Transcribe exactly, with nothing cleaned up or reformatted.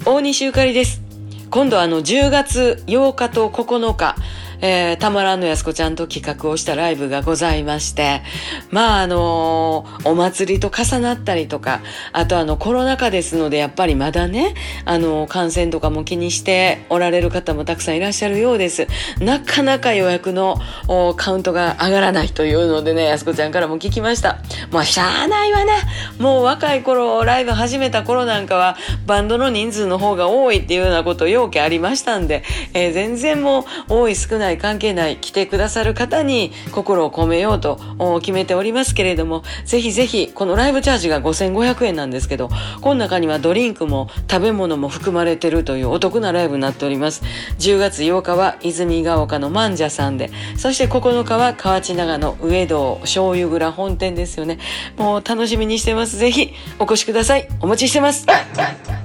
大西ゆかりです。今度あのじゅうがつようかとここのか、えー、たまらんのやすこちゃんと企画をしたライブがございまして、まああのー、お祭りと重なったりとか、あとあのコロナ禍ですのでやっぱりまだね、あのー、感染とかも気にしておられる方もたくさんいらっしゃるようです。なかなか予約のカウントが上がらないというのでね、やすこちゃんからも聞きました。まあしゃあないわな。もう若い頃ライブ始めた頃なんかはバンドの人数の方が多いっていうようなこと要件ありましたんで、えー、全然もう多い少ない関係ない、来てくださる方に心を込めようと決めておりますけれども、ぜひぜひこのライブチャージがごせんごひゃくえんなんですけど、この中にはドリンクも食べ物も含まれてるというお得なライブになっております。じゅうがつようかは泉ヶ丘の万社さんで、そしてここのかは河内長野上堂醤油蔵本店ですよね。もう楽しみにしてます。ぜひお越しください。お待ちしてます。